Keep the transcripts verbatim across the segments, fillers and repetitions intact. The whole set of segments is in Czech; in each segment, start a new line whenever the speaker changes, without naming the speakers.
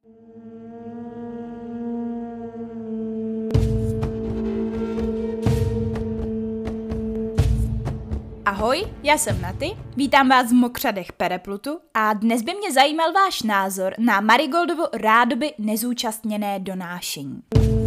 Ahoj, já jsem Naty, vítám vás v mokřadech Pereplutu a dnes by mě zajímal váš názor na Marigoldovo rádoby nezúčastněné donášení.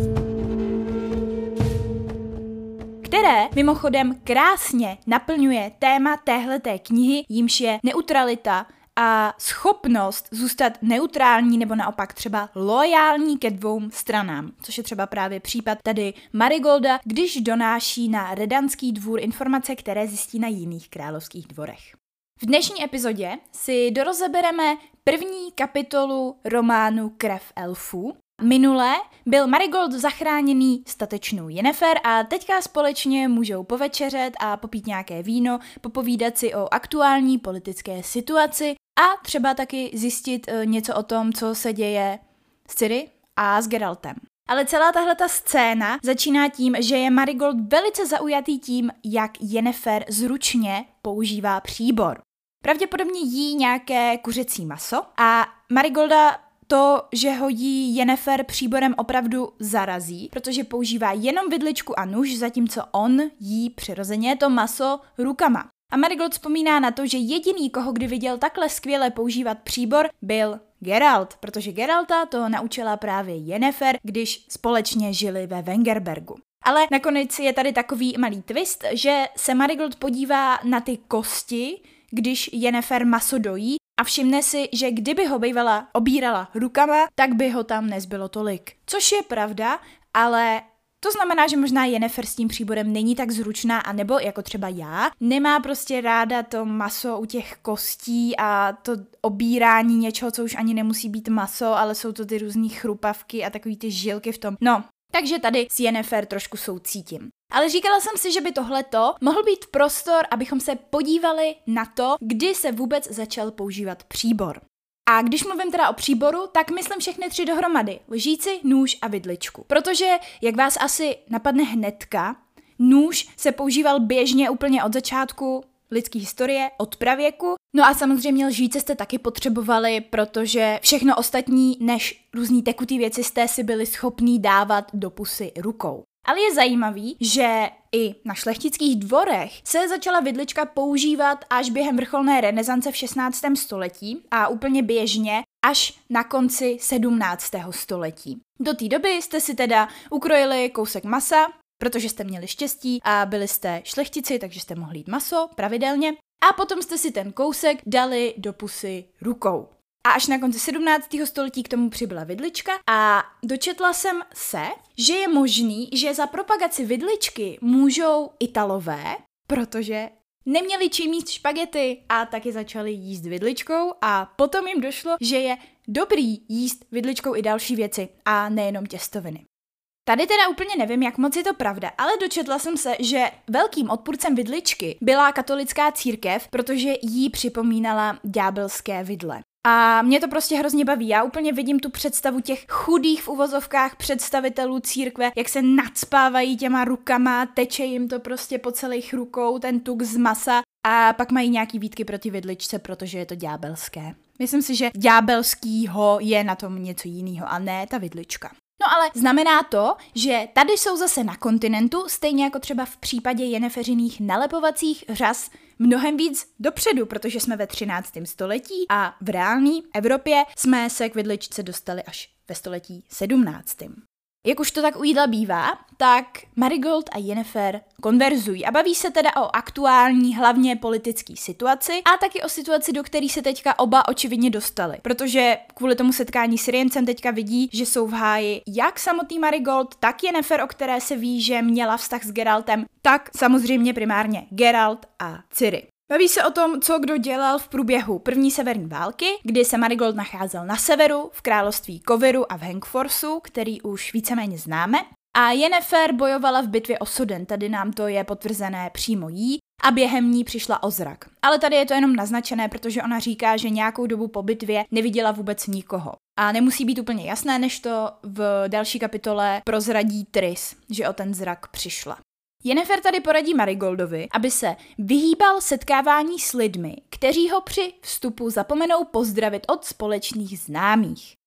Které mimochodem krásně naplňuje téma téhleté knihy, jímž je neutralita a schopnost zůstat neutrální nebo naopak třeba loajální ke dvou stranám, což je třeba právě případ tady Marigolda, když donáší na Redanský dvůr informace, které zjistí na jiných královských dvorech. V dnešní epizodě si dorozebereme první kapitolu románu Krev elfů. Minule byl Marigold zachráněný statečnou Yennefer a teďka společně můžou povečeřet a popít nějaké víno, popovídat si o aktuální politické situaci a třeba taky zjistit něco o tom, co se děje s Ciri a s Geraltem. Ale celá tahleta scéna začíná tím, že je Marigold velice zaujatý tím, jak Yennefer zručně používá příbor. Pravděpodobně jí nějaké kuřecí maso a Marigolda to, že ho jí Yennefer příborem opravdu zarazí, protože používá jenom vidličku a nůž, zatímco on jí přirozeně to maso rukama. A Marigold vzpomíná na to, že jediný, koho kdy viděl takhle skvěle používat příbor, byl Geralt, protože Geralta to naučila právě Yennefer, když společně žili ve Wengerbergu. Ale nakonec je tady takový malý twist, že se Marigold podívá na ty kosti, když Yennefer maso dojí a všimne si, že kdyby ho bývala obírala rukama, tak by ho tam nezbylo tolik. Což je pravda, ale to znamená, že možná Yennefer s tím příborem není tak zručná, anebo jako třeba já, nemá prostě ráda to maso u těch kostí a to obírání něčeho, co už ani nemusí být maso, ale jsou to ty různý chrupavky a takový ty žilky v tom. No, takže tady s Yennefer trošku soucítím. Ale říkala jsem si, že by tohleto mohl být prostor, abychom se podívali na to, kdy se vůbec začal používat příbor. A když mluvím teda o příboru, tak myslím všechny tři dohromady. Lžíci, nůž a vidličku. Protože, jak vás asi napadne hnedka, nůž se používal běžně úplně od začátku lidské historie, od pravěku. No a samozřejmě lžíce jste taky potřebovali, protože všechno ostatní než různý tekutý věci jste si byli schopní dávat do pusy rukou. Ale je zajímavý, že i na šlechtických dvorech se začala vidlička používat až během vrcholné renesance v šestnáctém století a úplně běžně až na konci sedmnáctého století. Do té doby jste si teda ukrojili kousek masa, protože jste měli štěstí a byli jste šlechtici, takže jste mohli jít maso pravidelně a potom jste si ten kousek dali do pusy rukou. A až na konci sedmnáctého století k tomu přibyla vidlička a dočetla jsem se, že je možný, že za propagaci vidličky můžou Italové, protože neměli čím jíst špagety a taky začali jíst vidličkou a potom jim došlo, že je dobrý jíst vidličkou i další věci a nejenom těstoviny. Tady teda úplně nevím, jak moc je to pravda, ale dočetla jsem se, že velkým odpůrcem vidličky byla katolická církev, protože jí připomínala ďábelské vidle. A mě to prostě hrozně baví. Já úplně vidím tu představu těch chudých v uvozovkách představitelů církve, jak se nacpávají těma rukama, teče jim to prostě po celých rukou, ten tuk z masa a pak mají nějaký výtky proti vidličce, protože je to ďábelské. Myslím si, že ďábelskýho je na tom něco jiného a ne ta vidlička. No ale znamená to, že tady jsou zase na kontinentu, stejně jako třeba v případě Yenneferžiných nalepovacích řas, mnohem víc dopředu, protože jsme ve třináctém století a v reálné Evropě jsme se k vidličce dostali až ve století sedmnáctém. Jak už to tak u jídla bývá, tak Marigold a Yennefer konverzují a baví se teda o aktuální, hlavně politické situaci a taky o situaci, do které se teďka oba očividně dostali. Protože kvůli tomu setkání s Riencem teďka vidí, že jsou v háji jak samotný Marigold, tak Yennefer, o které se ví, že měla vztah s Geraltem, tak samozřejmě primárně Geralt a Ciri. Baví se o tom, co kdo dělal v průběhu první severní války, kdy se Marigold nacházel na severu, v království Koviru a v Hengforsu, který už víceméně známe. A Yennefer bojovala v bitvě o Soden, tady nám to je potvrzené přímo jí, a během ní přišla o zrak. Ale tady je to jenom naznačené, protože ona říká, že nějakou dobu po bitvě neviděla vůbec nikoho. A nemusí být úplně jasné, než to v další kapitole prozradí Triss, že o ten zrak přišla. Yennefer tady poradí Marigoldovi, aby se vyhýbal setkávání s lidmi, kteří ho při vstupu zapomenou pozdravit od společných známých.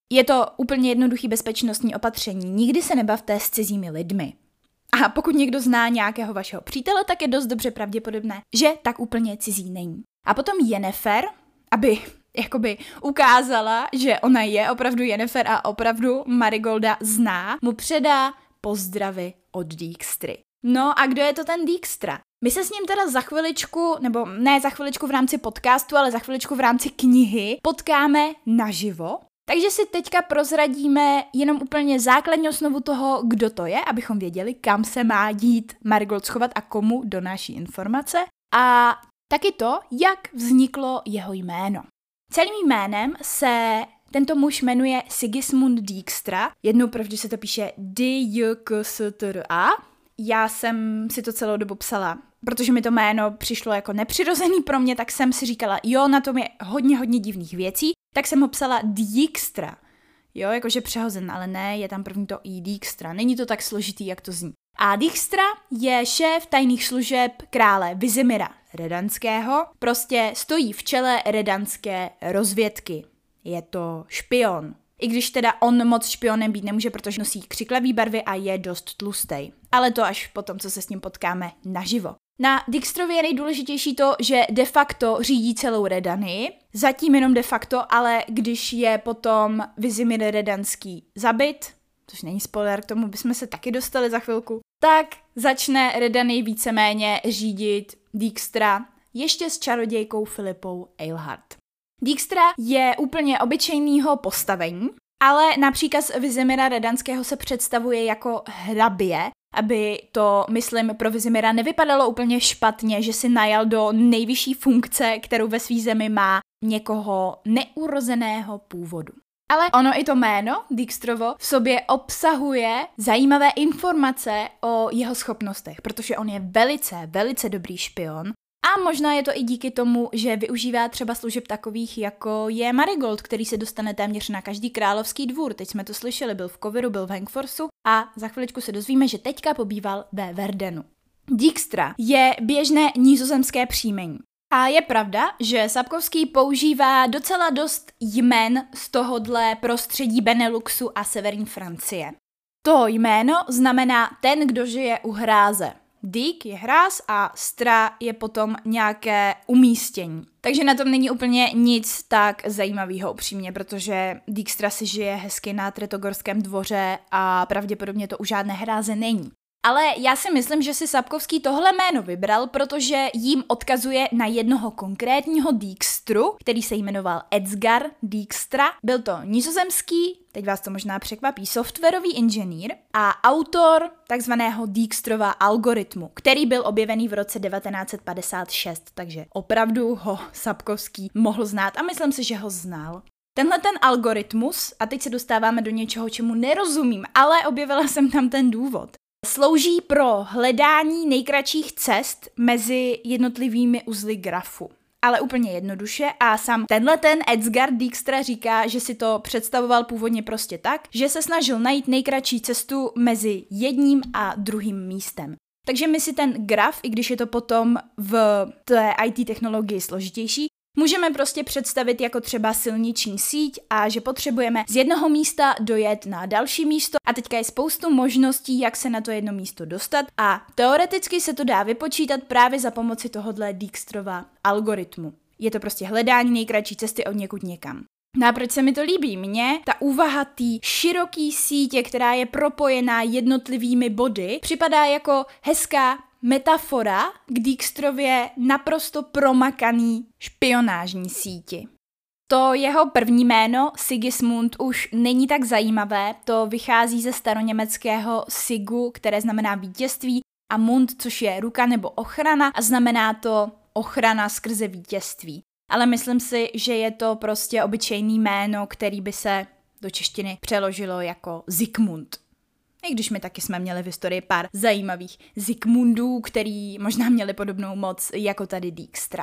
Je to úplně jednoduchý bezpečnostní opatření. Nikdy se nebavte s cizími lidmi. A pokud někdo zná nějakého vašeho přítele, tak je dost dobře pravděpodobné, že tak úplně cizí není. A potom Yennefer, aby jakoby ukázala, že ona je opravdu Yennefer a opravdu Marigolda zná, mu předá pozdravy od Dijkstry. No a kdo je to ten Dijkstra? My se s ním teda za chviličku, nebo ne za chviličku v rámci podcastu, ale za chviličku v rámci knihy potkáme naživo. Takže si teďka prozradíme jenom úplně základní osnovu toho, kdo to je, abychom věděli, kam se má jít Marigold schovat a komu donáší informace. A taky to, jak vzniklo jeho jméno. Celým jménem se tento muž jmenuje Sigismund Dijkstra. Jednou provždy se to píše D-J-K-S-T-R-A. Já jsem si to celou dobu psala, protože mi to jméno přišlo jako nepřirozený pro mě, tak jsem si říkala, jo, na tom je hodně, hodně divných věcí, tak jsem ho psala Dijkstra. Jo, jakože přehozen, ale ne, je tam první to i Dijkstra. Není to tak složitý, jak to zní. A Dijkstra je šéf tajných služeb krále Vizimira Redanského, prostě stojí v čele redanské rozvědky. Je to špion. I když teda on moc špionem být nemůže, protože nosí křiklavý barvy a je dost tlustej. Ale to až potom, co se s ním potkáme naživo. Na Dijkstrově je nejdůležitější to, že de facto řídí celou Redanii, zatím jenom de facto, ale když je potom Vizimir Redanský zabit, což není spoiler, k tomu bychom se taky dostali za chvilku, tak začne Redanii víceméně řídit Dijkstra ještě s čarodějkou Filipou Eilhart. Dijkstra je úplně obyčejného postavení, ale na příkaz Vizimira Redanského se představuje jako hrabě, aby to, myslím, pro Vizimira nevypadalo úplně špatně, že si najal do nejvyšší funkce, kterou ve své zemi má, někoho neurozeného původu. Ale ono i to jméno, Dijkstrovo, v sobě obsahuje zajímavé informace o jeho schopnostech, protože on je velice, velice dobrý špion. A možná je to i díky tomu, že využívá třeba služeb takových, jako je Marigold, který se dostane téměř na každý královský dvůr. Teď jsme to slyšeli, byl v Coviru, byl v Hengforsu a za chviličku se dozvíme, že teďka pobýval ve Verdenu. Dijkstra je běžné nizozemské příjmení. A je pravda, že Sapkowski používá docela dost jmen z tohodle prostředí Beneluxu a severní Francie. To jméno znamená ten, kdo žije u hráze. Dijk je hráz a stra je potom nějaké umístění. Takže na tom není úplně nic tak zajímavého upřímně, protože Dijkstra si žije hezky na Tretogorském dvoře a pravděpodobně to u žádné hráze není. Ale já si myslím, že si Sapkowski tohle jméno vybral, protože jím odkazuje na jednoho konkrétního Dijkstru, který se jmenoval Edsgar Dijkstra. Byl to nizozemský, teď vás to možná překvapí, softwarový inženýr a autor takzvaného Dijkstrova algoritmu, který byl objevený v roce devatenáct set padesát šest, takže opravdu ho Sapkowski mohl znát a myslím si, že ho znal. Tenhle ten algoritmus, a teď se dostáváme do něčeho, čemu nerozumím, ale objevila jsem tam ten důvod, slouží pro hledání nejkratších cest mezi jednotlivými uzly grafu. Ale úplně jednoduše a sám tenhle ten Edsgar Dijkstra říká, že si to představoval původně prostě tak, že se snažil najít nejkratší cestu mezi jedním a druhým místem. Takže my si ten graf, i když je to potom v té í té technologii složitější, můžeme prostě představit jako třeba silniční síť a že potřebujeme z jednoho místa dojet na další místo a teďka je spoustu možností, jak se na to jedno místo dostat a teoreticky se to dá vypočítat právě za pomoci tohohle Dijkstrova algoritmu. Je to prostě hledání nejkratší cesty od někud někam. No a proč se mi to líbí? Mně ta úvaha té široký sítě, která je propojená jednotlivými body, připadá jako hezká metafora k Dijkstrově naprosto promakaný špionážní síti. To jeho první jméno, Sigismund, už není tak zajímavé, to vychází ze staroněmeckého Sigu, které znamená vítězství, a Mund, což je ruka nebo ochrana a znamená to ochrana skrze vítězství. Ale myslím si, že je to prostě obyčejný jméno, který by se do češtiny přeložilo jako Zikmund. I když my taky jsme měli v historii pár zajímavých Zikmundů, který možná měli podobnou moc jako tady Dijkstra.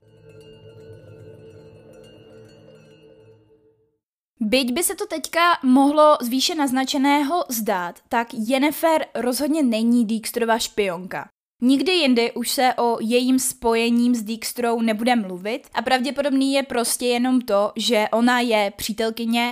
Byť by se to teďka mohlo z výše naznačeného zdát, tak Yennefer rozhodně není Dijkstrova špionka. Nikdy jindy už se o jejím spojením s Dijkstrou nebude mluvit a pravděpodobný je prostě jenom to, že ona je přítelkyně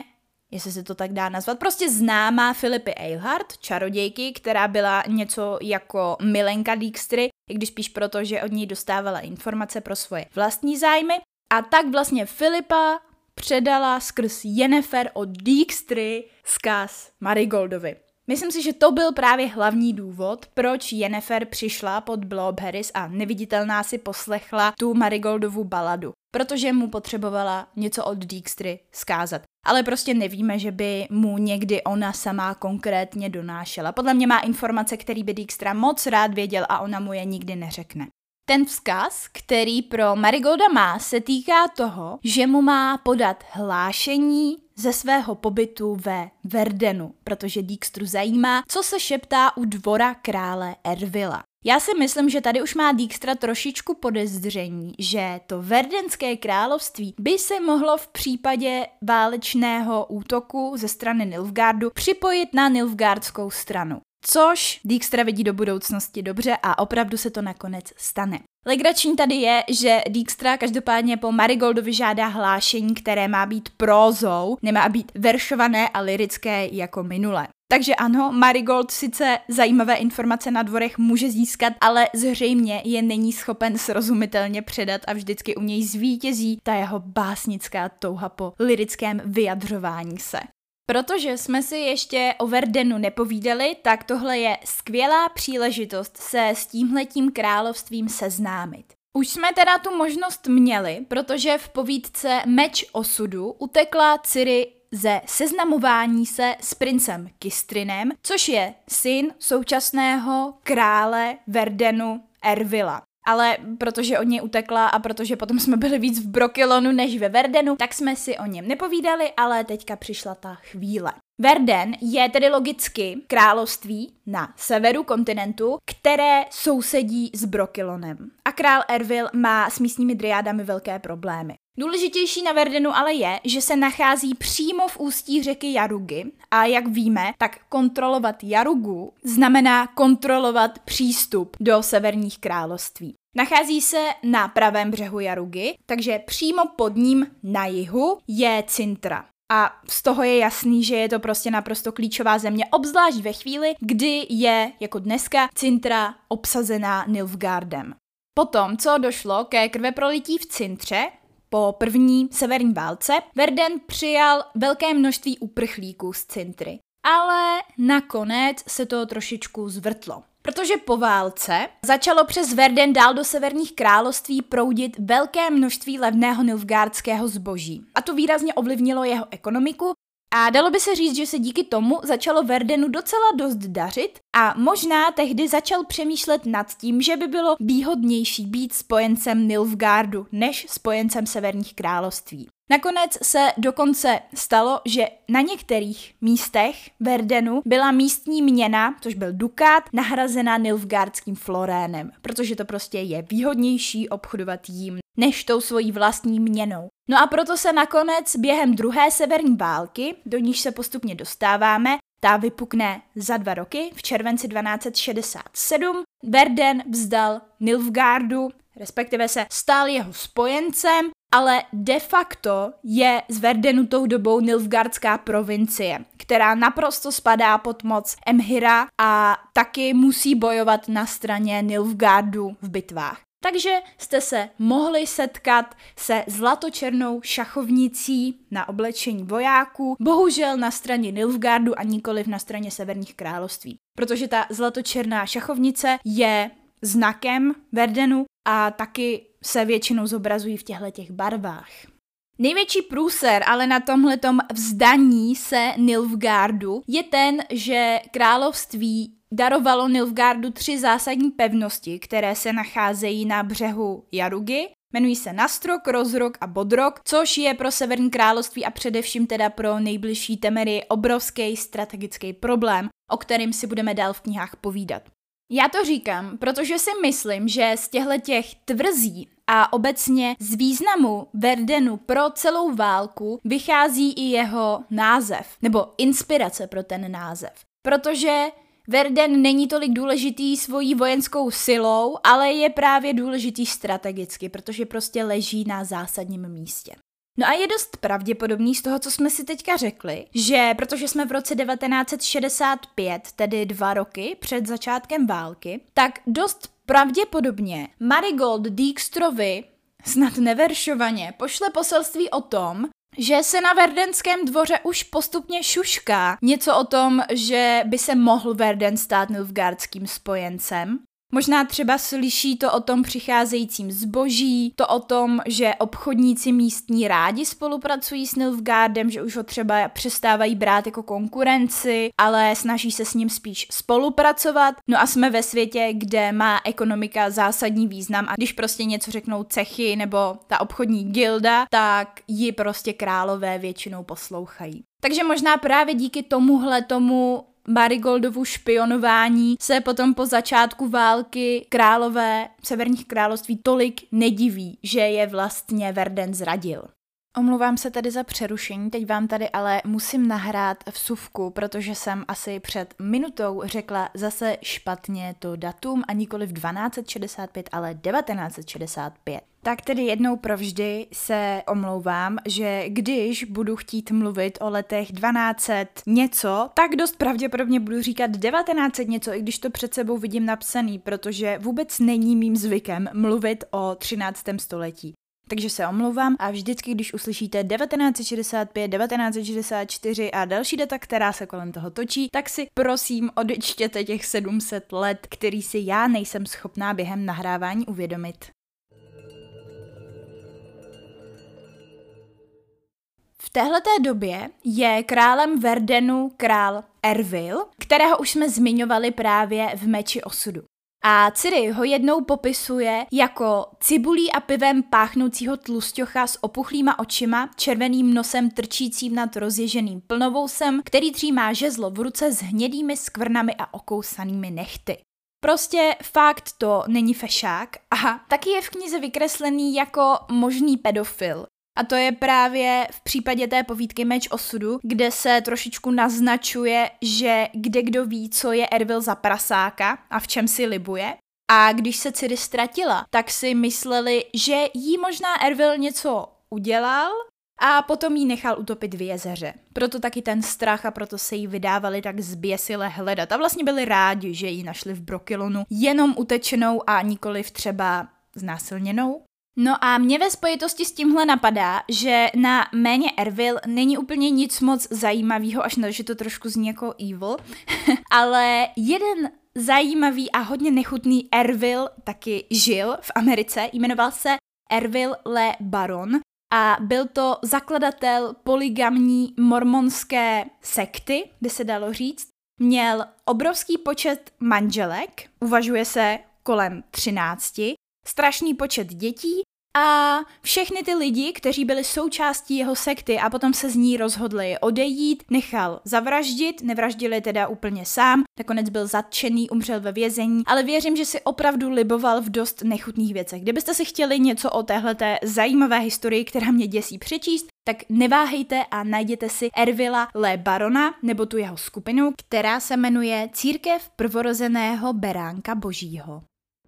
jestli se to tak dá nazvat, prostě známá Philipy Eilhart, čarodějky, která byla něco jako milenka Dijkstry, i když spíš proto, že od ní dostávala informace pro svoje vlastní zájmy. A tak vlastně Philippa předala skrz Yennefer od Dijkstry vzkaz Marigoldovi. Myslím si, že to byl právě hlavní důvod, proč Yennefer přišla pod Blobheris a Neviditelná si poslechla tu Marigoldovu baladu, protože mu potřebovala něco od Dijkstry zkázat. Ale prostě nevíme, že by mu někdy ona sama konkrétně donášela. Podle mě má informace, který by Dijkstra moc rád věděl a ona mu je nikdy neřekne. Ten vzkaz, který pro Marigolda má, se týká toho, že mu má podat hlášení ze svého pobytu ve Verdenu, protože Dijkstru zajímá, co se šeptá u dvora krále Ervila. Já si myslím, že tady už má Dijkstra trošičku podezření, že to verdenské království by se mohlo v případě válečného útoku ze strany Nilfgaardu připojit na nilfgaardskou stranu. Což Dijkstra vidí do budoucnosti dobře a opravdu se to nakonec stane. Legrační tady je, že Dijkstra každopádně po Marigoldovi žádá hlášení, které má být prózou, nemá být veršované a lyrické jako minule. Takže ano, Marigold sice zajímavé informace na dvorech může získat, ale zřejmě je není schopen srozumitelně předat a vždycky u něj zvítězí ta jeho básnická touha po lyrickém vyjadřování se. Protože jsme si ještě o Verdenu nepovídali, tak tohle je skvělá příležitost se s tímhletím královstvím seznámit. Už jsme teda tu možnost měli, protože v povídce Meč osudu utekla Ciri ze seznamování se s princem Kistrinem, což je syn současného krále Verdenu Ervila. Ale protože od něj utekla a protože potom jsme byli víc v Brokilonu než ve Verdenu, tak jsme si o něm nepovídali, ale teďka přišla ta chvíle. Verden je tedy logicky království na severu kontinentu, které sousedí s Brokilonem. A král Ervil má s místními dryádami velké problémy. Důležitější na Verdenu ale je, že se nachází přímo v ústí řeky Jarugy a jak víme, tak kontrolovat Jarugu znamená kontrolovat přístup do severních království. Nachází se na pravém břehu Jarugy, takže přímo pod ním na jihu je Cintra. A z toho je jasný, že je to prostě naprosto klíčová země, obzvlášť ve chvíli, kdy je, jako dneska, Cintra obsazená Nilfgaardem. Potom, co došlo ke krveprolití v Cintře, po první severní válce, Verden přijal velké množství uprchlíků z Cintry. Ale nakonec se to trošičku zvrtlo. Protože po válce začalo přes Verden dál do severních království proudit velké množství levného nilfgaardského zboží. A to výrazně ovlivnilo jeho ekonomiku a dalo by se říct, že se díky tomu začalo Verdenu docela dost dařit a možná tehdy začal přemýšlet nad tím, že by bylo výhodnější být spojencem Nilfgaardu než spojencem severních království. Nakonec se dokonce stalo, že na některých místech Verdenu byla místní měna, což byl dukát, nahrazena nilfgaardským florénem, protože to prostě je výhodnější obchodovat jím než tou svojí vlastní měnou. No a proto se nakonec během druhé severní války, do níž se postupně dostáváme, ta vypukne za dva roky, v červenci dvanáct set šedesát sedm, Verden vzdal Nilfgaardu, respektive se stal jeho spojencem, ale de facto je z Verdenu tou dobou nilfgaardská provincie, která naprosto spadá pod moc Emhyra a taky musí bojovat na straně Nilfgaardu v bitvách. Takže jste se mohli setkat se zlatočernou šachovnicí na oblečení vojáků, bohužel na straně Nilfgaardu a nikoliv na straně severních království. Protože ta zlatočerná šachovnice je znakem Verdenu a taky se většinou zobrazují v těchto barvách. Největší průser ale na tomhletom vzdaní se Nilfgaardu je ten, že království darovalo Nilfgaardu tři zásadní pevnosti, které se nacházejí na břehu Jarugy. Jmenují se Nastrok, Rozrok a Bodrok, což je pro severní království a především teda pro nejbližší Temerii obrovský strategický problém, o kterém si budeme dál v knihách povídat. Já to říkám, protože si myslím, že z těchto tvrzí a obecně z významu Verdenu pro celou válku vychází i jeho název, nebo inspirace pro ten název. Protože Verden není tolik důležitý svojí vojenskou silou, ale je právě důležitý strategicky, protože prostě leží na zásadním místě. No a je dost pravděpodobný z toho, co jsme si teďka řekli, že protože jsme v roce devatenáct set šedesát pět, tedy dva roky před začátkem války, tak dost pravděpodobně Marigold Dijkstrovi snad neveršovaně pošle poselství o tom, že se na Verdenském dvoře už postupně šušká něco o tom, že by se mohl Verden stát nilfgaardským spojencem. Možná třeba slyší to o tom přicházejícím zboží, to o tom, že obchodníci místní rádi spolupracují s Nilfgaardem, že už ho třeba přestávají brát jako konkurenci, ale snaží se s ním spíš spolupracovat. No a jsme ve světě, kde má ekonomika zásadní význam a když prostě něco řeknou cechy nebo ta obchodní gilda, tak ji prostě králové většinou poslouchají. Takže možná právě díky tomuhle tomu Marigoldovu špionování se potom po začátku války králové severních království tolik nediví, že je vlastně Verden zradil. Omlouvám se tady za přerušení, teď vám tady ale musím nahrát vsuvku, protože jsem asi před minutou řekla zase špatně to datum a nikoli v dvanáct set šedesát pět, ale devatenáct set šedesát pět. Tak tedy jednou provždy se omlouvám, že když budu chtít mluvit o letech dvanáct set něco, tak dost pravděpodobně budu říkat devatenáct set něco, i když to před sebou vidím napsaný, protože vůbec není mým zvykem mluvit o třináctém století. Takže se omlouvám a vždycky, když uslyšíte devatenáct set šedesát pět, devatenáct set šedesát čtyři a další data, která se kolem toho točí, tak si prosím odečtěte těch sedm set let, který si já nejsem schopná během nahrávání uvědomit. V téhleté době je králem Verdenu král Ervil, kterého už jsme zmiňovali právě v Meči osudu. A Ciri ho jednou popisuje jako cibulí a pivem páchnoucího tlusťocha s opuchlýma očima, červeným nosem trčícím nad rozježeným plnovousem, který třímá žezlo v ruce s hnědými skvrnami a okousanými nehty. Prostě fakt to není fešák a taky je v knize vykreslený jako možný pedofil. A to je právě v případě té povídky Meč osudu, kde se trošičku naznačuje, že kde kdo ví, co je Ervil za prasáka a v čem si libuje. A když se Ciri ztratila, tak si mysleli, že jí možná Ervil něco udělal a potom jí nechal utopit v jezeře. Proto taky ten strach a proto se jí vydávali tak zběsile hledat. A vlastně byli rádi, že ji našli v Brokilonu jenom utečenou a nikoliv třeba znásilněnou. No a mě ve spojitosti s tímhle napadá, že na jméně Ervil není úplně nic moc zajímavého, až na to, že to trošku zní jako evil, ale jeden zajímavý a hodně nechutný Ervil taky žil v Americe, jmenoval se Ervil Le Baron a byl to zakladatel polygamní mormonské sekty, by se dalo říct. Měl obrovský počet manželek, uvažuje se kolem třinácti, strašný počet dětí a všechny ty lidi, kteří byli součástí jeho sekty a potom se z ní rozhodli odejít, nechal zavraždit, nevraždili teda úplně sám, nakonec byl zatčený, umřel ve vězení, ale věřím, že si opravdu liboval v dost nechutných věcech. Kdybyste si chtěli něco o téhleté zajímavé historii, která mě děsí, přečíst, tak neváhejte a najděte si Ervila Le Barona, nebo tu jeho skupinu, která se jmenuje Církev prvorozeného beránka božího.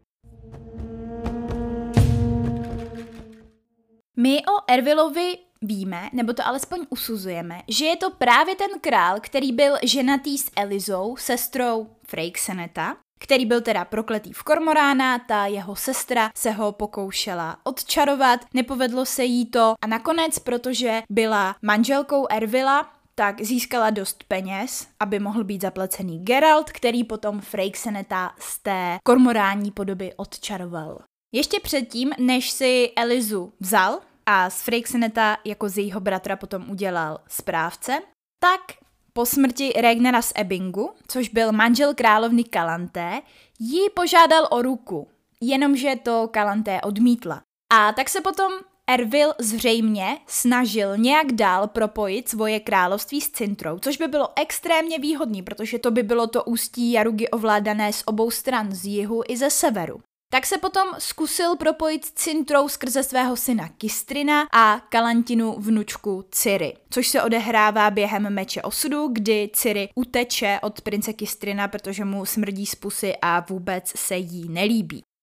My o Ervilovi víme, nebo to alespoň usuzujeme, že je to právě ten král, který byl ženatý s Elizou, sestrou Freixeneta, který byl teda prokletý v Kormorána, ta jeho sestra se ho pokoušela odčarovat, nepovedlo se jí to a nakonec, protože byla manželkou Ervila, tak získala dost peněz, aby mohl být zaplacený Geralt, který potom Freixeneta z té kormorání podoby odčaroval. Ještě předtím, než si Elizu vzal a z Freixeneta jako z jejího bratra potom udělal správce, tak po smrti Regnera z Ebbingu, což byl manžel královny Kalanté, ji požádal o ruku, jenomže to Kalanté odmítla. A tak se potom Ervil zřejmě snažil nějak dál propojit svoje království s Cintrou, což by bylo extrémně výhodný, protože to by bylo to ústí Jarugy ovládané z obou stran, z jihu i ze severu. Tak se potom zkusil propojit s Cintrou skrze svého syna Kistrina a Kalantinu vnučku Ciri, což se odehrává během Meče osudu, kdy Ciri uteče od prince Kistrina, protože mu smrdí z pusy a vůbec se jí nelíbí.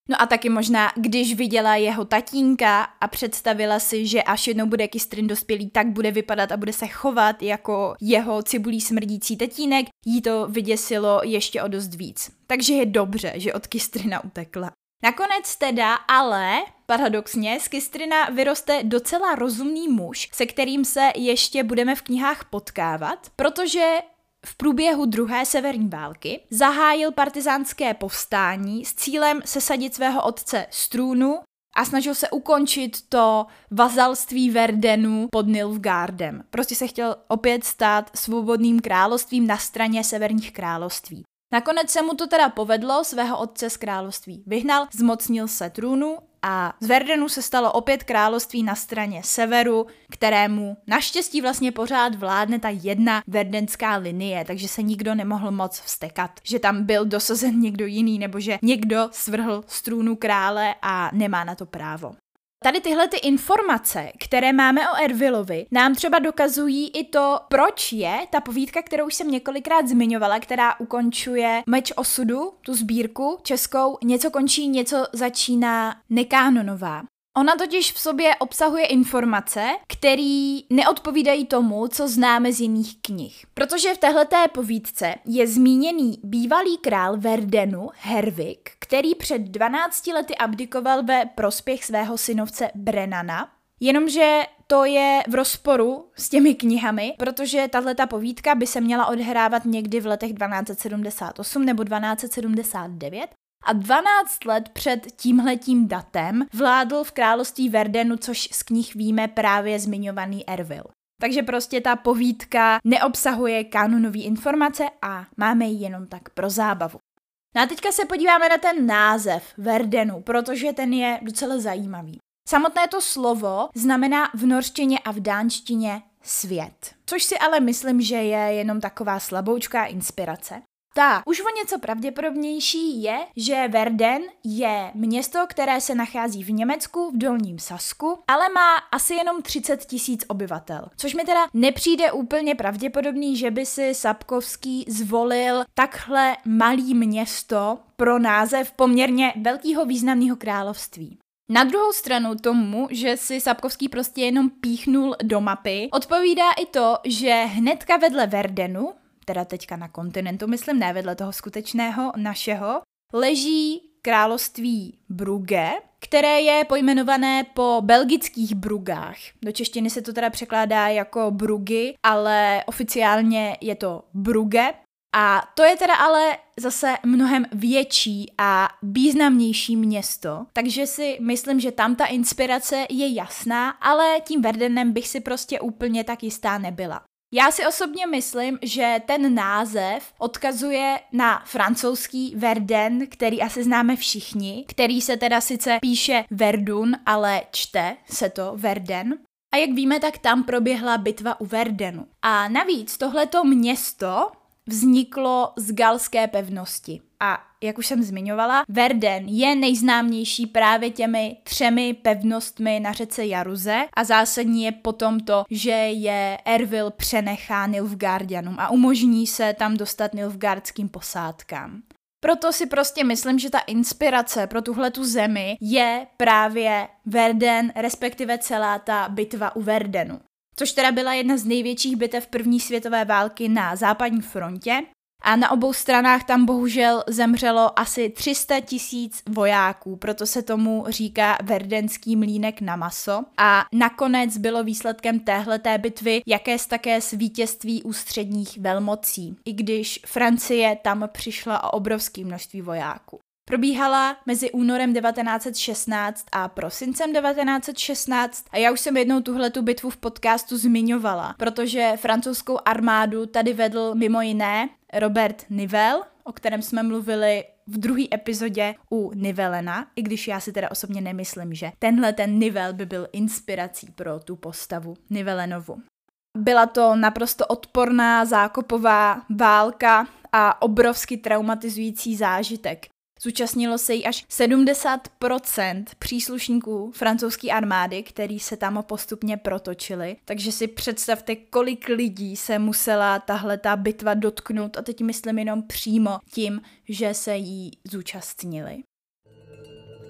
No a taky možná, když viděla jeho tatínka a představila si, že až jednou bude Kystrin dospělý, tak bude vypadat a bude se chovat jako jeho cibulí smrdící tatínek, jí to vyděsilo ještě o dost víc. Takže je dobře, že od Kystrina utekla. Nakonec teda, ale paradoxně, z Kystrina vyroste docela rozumný muž, se kterým se ještě budeme v knihách potkávat, protože v průběhu druhé severní války zahájil partyzánské povstání s cílem sesadit svého otce z trůnu a snažil se ukončit to vazalství Verdenu pod Nilfgaardem. Prostě se chtěl opět stát svobodným královstvím na straně severních království. Nakonec se mu to teda povedlo, svého otce z království vyhnal, zmocnil se trůnu a z Verdenu se stalo opět království na straně severu, kterému naštěstí vlastně pořád vládne ta jedna verdenská linie, takže se nikdo nemohl moc vztekat, že tam byl dosazen někdo jiný nebo že někdo svrhl z trůnu krále a nemá na to právo. Tady tyhle ty informace, které máme o Erwilovi, nám třeba dokazují i to, proč je ta povídka, kterou už jsem několikrát zmiňovala, která ukončuje Meč osudu, tu sbírku českou, něco končí, něco začíná, nekánonová. Ona totiž v sobě obsahuje informace, které neodpovídají tomu, co známe z jiných knih. Protože v téhleté povídce je zmíněný bývalý král Verdenu, Herwig, který před dvanácti lety abdikoval ve prospěch svého synovce Brennana, jenomže to je v rozporu s těmi knihami, protože tahleta povídka by se měla odehrávat někdy v letech dvanáct set sedmdesát osm nebo dvanáct set sedmdesát devět, a dvanáct let před tímhletím datem vládl v království Verdenu, což z knih víme právě zmiňovaný Erwil. Takže prostě ta povídka neobsahuje kanonové informace a máme ji jenom tak pro zábavu. No a teďka se podíváme na ten název Verdenu, protože ten je docela zajímavý. Samotné to slovo znamená v norštině a v dánštině svět. Což si ale myslím, že je jenom taková slaboučká inspirace. Ta už o něco pravděpodobnější je, že Verden je město, které se nachází v Německu, v Dolním Sasku, ale má asi jenom třicet tisíc obyvatel. Což mi teda nepřijde úplně pravděpodobný, že by si Sapkowski zvolil takhle malý město pro název poměrně velkého významného království. Na druhou stranu tomu, že si Sapkowski prostě jenom píchnul do mapy, odpovídá i to, že hnedka vedle Verdenu, teda teďka na kontinentu, myslím, ne vedle toho skutečného našeho, leží království Brugge, které je pojmenované po belgických Brugách. Do češtiny se to teda překládá jako Brugy, ale oficiálně je to Brugge. A to je teda ale zase mnohem větší a významnější město, takže si myslím, že tam ta inspirace je jasná, ale tím Verdenem bych si prostě úplně tak jistá nebyla. Já si osobně myslím, že ten název odkazuje na francouzský Verden, který asi známe všichni, který se teda sice píše Verdun, ale čte se to Verden. A jak víme, tak tam proběhla bitva u Verdenu. A navíc tohleto město vzniklo z galské pevnosti. A jak už jsem zmiňovala, Verden je nejznámější právě těmi třemi pevnostmi na řece Jaruze a zásadní je potom to, že je Erwil přenechá Nilfgaardianům a umožní se tam dostat nilfgaardským posádkám. Proto si prostě myslím, že ta inspirace pro tuhletu zemi je právě Verden, respektive celá ta bitva u Verdenu. Což teda byla jedna z největších bitev první světové války na západní frontě a na obou stranách tam bohužel zemřelo asi tři sta tisíc vojáků, proto se tomu říká verdenský mlýnek na maso a nakonec bylo výsledkem téhleté bitvy jakési také vítězství ústředních velmocí, i když Francie tam přišla o obrovské množství vojáků. Probíhala mezi únorem devatenáct set šestnáct a prosincem devatenáct set šestnáct a já už jsem jednou tuhletu bitvu v podcastu zmiňovala, protože francouzskou armádu tady vedl mimo jiné Robert Nivelle, o kterém jsme mluvili v druhé epizodě u Nivellena, i když já si teda osobně nemyslím, že tenhle ten Nivelle by byl inspirací pro tu postavu Nivellenovu. Byla to naprosto odporná zákopová válka a obrovsky traumatizující zážitek. Zúčastnilo se jí až sedmdesát procent příslušníků francouzské armády, který se tam postupně protočili. Takže si představte, kolik lidí se musela tahleta bitva dotknout a teď myslím jenom přímo tím, že se jí zúčastnili.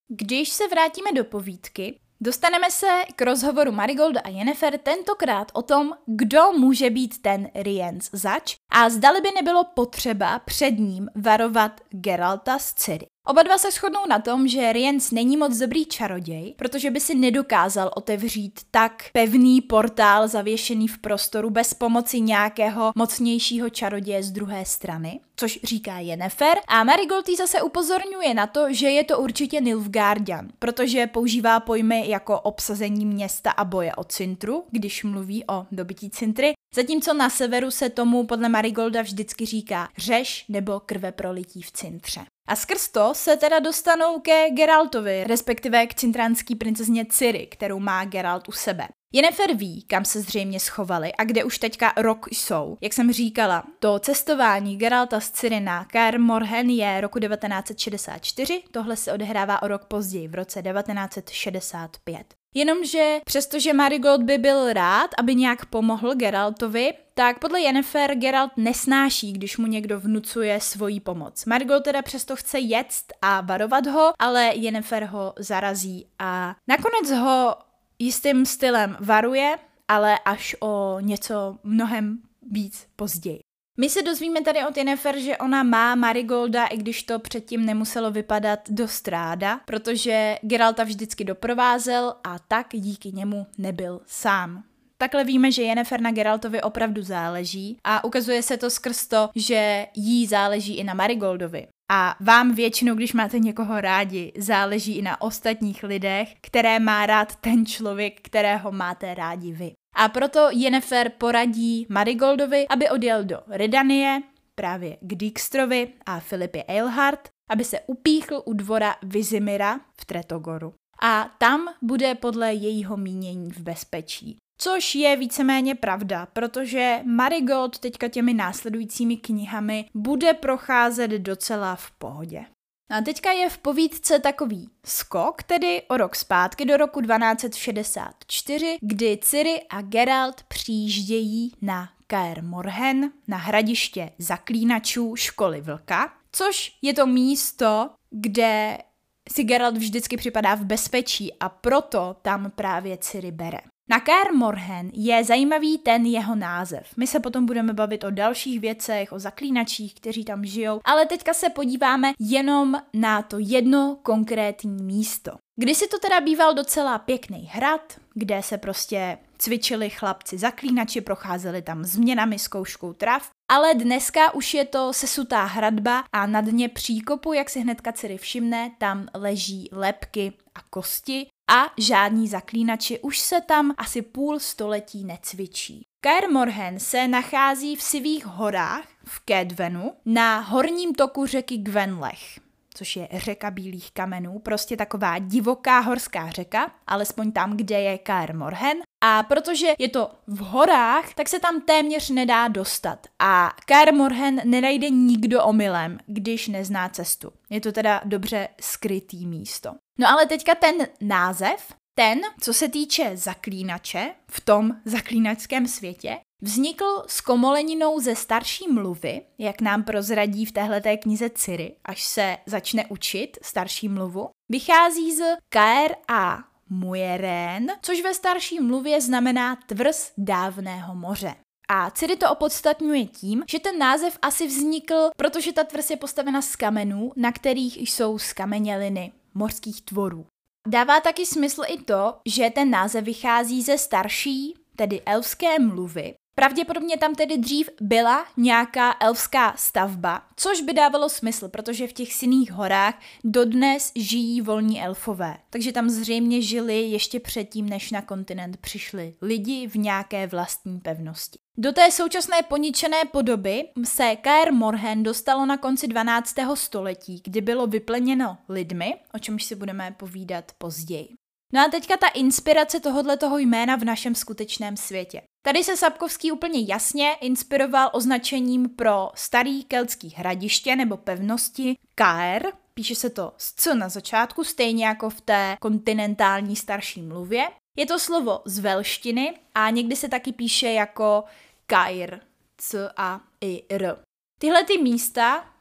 Když se vrátíme do povídky, dostaneme se k rozhovoru Marigolda a Yennefer tentokrát o tom, kdo může být ten Rience zač a zdali by nebylo potřeba před ním varovat Geralta z Ciri. Oba dva se shodnou na tom, že Rience není moc dobrý čaroděj, protože by si nedokázal otevřít tak pevný portál zavěšený v prostoru bez pomoci nějakého mocnějšího čaroděje z druhé strany, což říká Yennefer. A Marigold jí zase upozorňuje na to, že je to určitě Nilfgaardian, protože používá pojmy jako obsazení města a boje o Cintru, když mluví o dobytí Cintry, zatímco na severu se tomu podle Marigolda vždycky říká řeš nebo krveprolití v Cintře. A skrz to se teda dostanou ke Geraltovi, respektive k cintránský princezně Ciri, kterou má Geralt u sebe. Yennefer ví, kam se zřejmě schovali a kde už teďka rok jsou. Jak jsem říkala, to cestování Geralta z Ciri na Kaer Morhen je roku devatenáct set šedesát čtyři, tohle se odehrává o rok později, v roce devatenáct set šedesát pět. Jenomže přestože Marigold by byl rád, aby nějak pomohl Geraltovi, tak podle Yennefer Geralt nesnáší, když mu někdo vnucuje svoji pomoc. Marigold teda přesto chce jet a varovat ho, ale Yennefer ho zarazí a nakonec ho jistým stylem varuje, ale až o něco mnohem víc později. My se dozvíme tady od Yennefer, že ona má Marigolda, i když to předtím nemuselo vypadat dost ráda, protože Geralta vždycky doprovázel a tak díky němu nebyl sám. Takhle víme, že Yennefer na Geraltovi opravdu záleží a ukazuje se to skrz to, že jí záleží i na Marigoldovi. A vám většinou, když máte někoho rádi, záleží i na ostatních lidech, které má rád ten člověk, kterého máte rádi vy. A proto Yennefer poradí Marigoldovi, aby odjel do Redanie, právě k Dijkstrovi a Filipě Eilhart, aby se upíchl u dvora Vizimira v Tretogoru. A tam bude podle jejího mínění v bezpečí. Což je víceméně pravda, protože Marigold teďka těmi následujícími knihami bude procházet docela v pohodě. A teďka je v povídce takový skok, tedy o rok zpátky do roku dvanáct set šedesát čtyři, kdy Ciri a Geralt přijíždějí na Kaer Morhen, na hradiště zaklínačů školy vlka, což je to místo, kde si Geralt vždycky připadá v bezpečí a proto tam právě Ciri bere. Na Kaer Morhen je zajímavý ten jeho název. My se potom budeme bavit o dalších věcech, o zaklínačích, kteří tam žijou, ale teďka se podíváme jenom na to jedno konkrétní místo. Kdysi to teda býval docela pěkný hrad, kde se prostě cvičili chlapci zaklínači, procházeli tam změnami, zkouškou trav, ale dneska už je to sesutá hradba a na dně příkopu, jak si hnedka Ciri všimne, tam leží lebky a kosti a žádní zaklínači už se tam asi půl století necvičí. Kaer Morhen se nachází v Sivých horách v Kaedvenu na horním toku řeky Gvenlech, což je řeka bílých kamenů, prostě taková divoká horská řeka, alespoň tam, kde je Kaer Morhen. A protože je to v horách, tak se tam téměř nedá dostat. A Kaer Morhen nenajde nikdo omylem, když nezná cestu. Je to teda dobře skrytý místo. No ale teďka ten název, ten, co se týče zaklínače v tom zaklínačském světě, vznikl s komoleninou ze starší mluvy, jak nám prozradí v téhleté knize Ciri, až se začne učit starší mluvu. Vychází z Caer a Mueren, což ve starší mluvě znamená tvrz dávného moře. A Ciri to opodstatňuje tím, že ten název asi vznikl, protože ta tvrz je postavena z kamenů, na kterých jsou skameněliny mořských tvorů. Dává taky smysl i to, že ten název vychází ze starší, tedy elfské mluvy. Pravděpodobně tam tedy dřív byla nějaká elfská stavba, což by dávalo smysl, protože v těch Sinných horách dodnes žijí volní elfové. Takže tam zřejmě žili ještě předtím, než na kontinent přišli lidi v nějaké vlastní pevnosti. Do té současné poničené podoby se Kaer Morhen dostalo na konci dvanáctého století, kdy bylo vypleněno lidmi, o čemž si budeme povídat později. No a teďka ta inspirace tohoto jména v našem skutečném světě. Tady se Sapkowski úplně jasně inspiroval označením pro starý keltský hradiště nebo pevnosti Caer. Píše se to s C na začátku, stejně jako v té kontinentální starší mluvě. Je to slovo z velštiny a někdy se taky píše jako Caer, C a I R. Tyhle ty místa,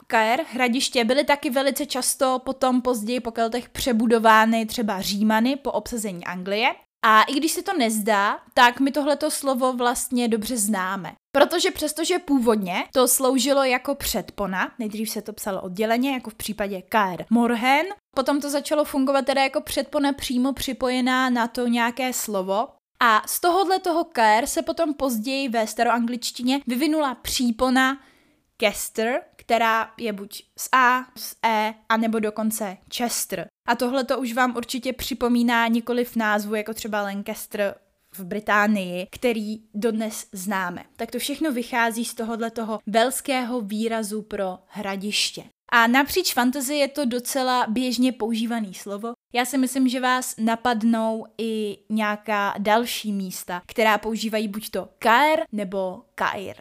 Caer, hradiště, byly taky velice často potom později po Keltech přebudovány třeba Římany po obsazení Anglie. A i když se to nezdá, tak my tohleto slovo vlastně dobře známe. Protože přestože původně to sloužilo jako předpona, nejdřív se to psalo odděleně, jako v případě Caer Morhen, potom to začalo fungovat teda jako předpona přímo připojená na to nějaké slovo. A z tohohle toho Caer se potom později ve staroangličtině vyvinula přípona Chester, která je buď s A, s E, anebo dokonce Chester. A tohle to už vám určitě připomíná nikoliv názvu, jako třeba Lancaster v Británii, který dodnes známe. Tak to všechno vychází z tohohle toho velského výrazu pro hradiště. A napříč fantasy je to docela běžně používaný slovo. Já si myslím, že vás napadnou i nějaká další místa, která používají buď to Caer nebo Caer.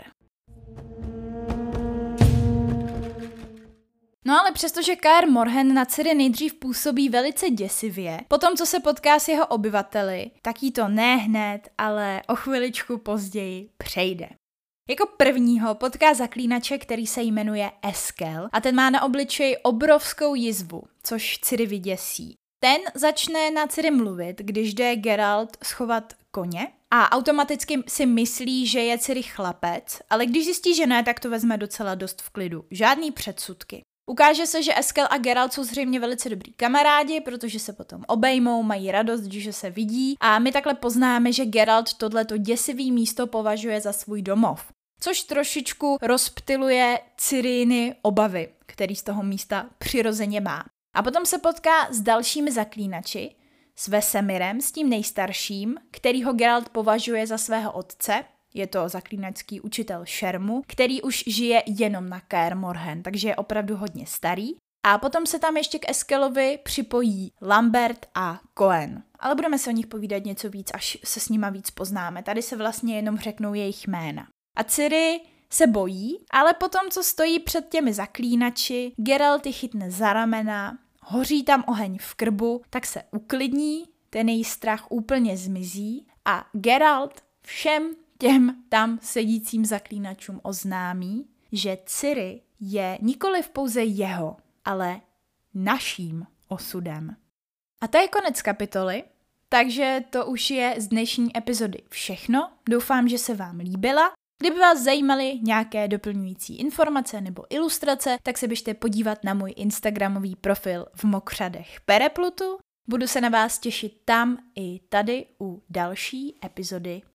No ale přestože Caer Morhen na Ciri nejdřív působí velice děsivě, potom co se potká s jeho obyvateli, tak jí to ne hned, ale o chviličku později přejde. Jako prvního potká zaklínače, který se jmenuje Eskel a ten má na obličeji obrovskou jizvu, což Ciri vyděsí. Ten začne na Ciri mluvit, když jde Geralt schovat koně a automaticky si myslí, že je Ciri chlapec, ale když zjistí, že ne, tak to vezme docela dost v klidu. Žádný předsudky. Ukáže se, že Eskel a Geralt jsou zřejmě velice dobrý kamarádi, protože se potom obejmou, mají radost, že se vidí a my takhle poznáme, že Geralt tohleto děsivý místo považuje za svůj domov. Což trošičku rozptyluje Ciriny obavy, který z toho místa přirozeně má. A potom se potká s dalšími zaklínači, s Vesemirem, s tím nejstarším, kterýho Geralt považuje za svého otce. Je to zaklínačský učitel šermu, který už žije jenom na Caer Morhen, takže je opravdu hodně starý. A potom se tam ještě k Eskelovi připojí Lambert a Cohen. Ale budeme se o nich povídat něco víc, až se s nima víc poznáme. Tady se vlastně jenom řeknou jejich jména. A Ciri se bojí, ale potom, co stojí před těmi zaklínači, Geralt ji chytne za ramena, hoří tam oheň v krbu, tak se uklidní, ten její strach úplně zmizí a Geralt všem těm tam sedícím zaklínačům oznámí, že Ciri je nikoliv pouze jeho, ale naším osudem. A to je konec kapitoly, takže to už je z dnešní epizody všechno. Doufám, že se vám líbila. Kdyby vás zajímaly nějaké doplňující informace nebo ilustrace, tak se běžte podívat na můj instagramový profil v Mokřadech Pereplutu. Budu se na vás těšit tam i tady u další epizody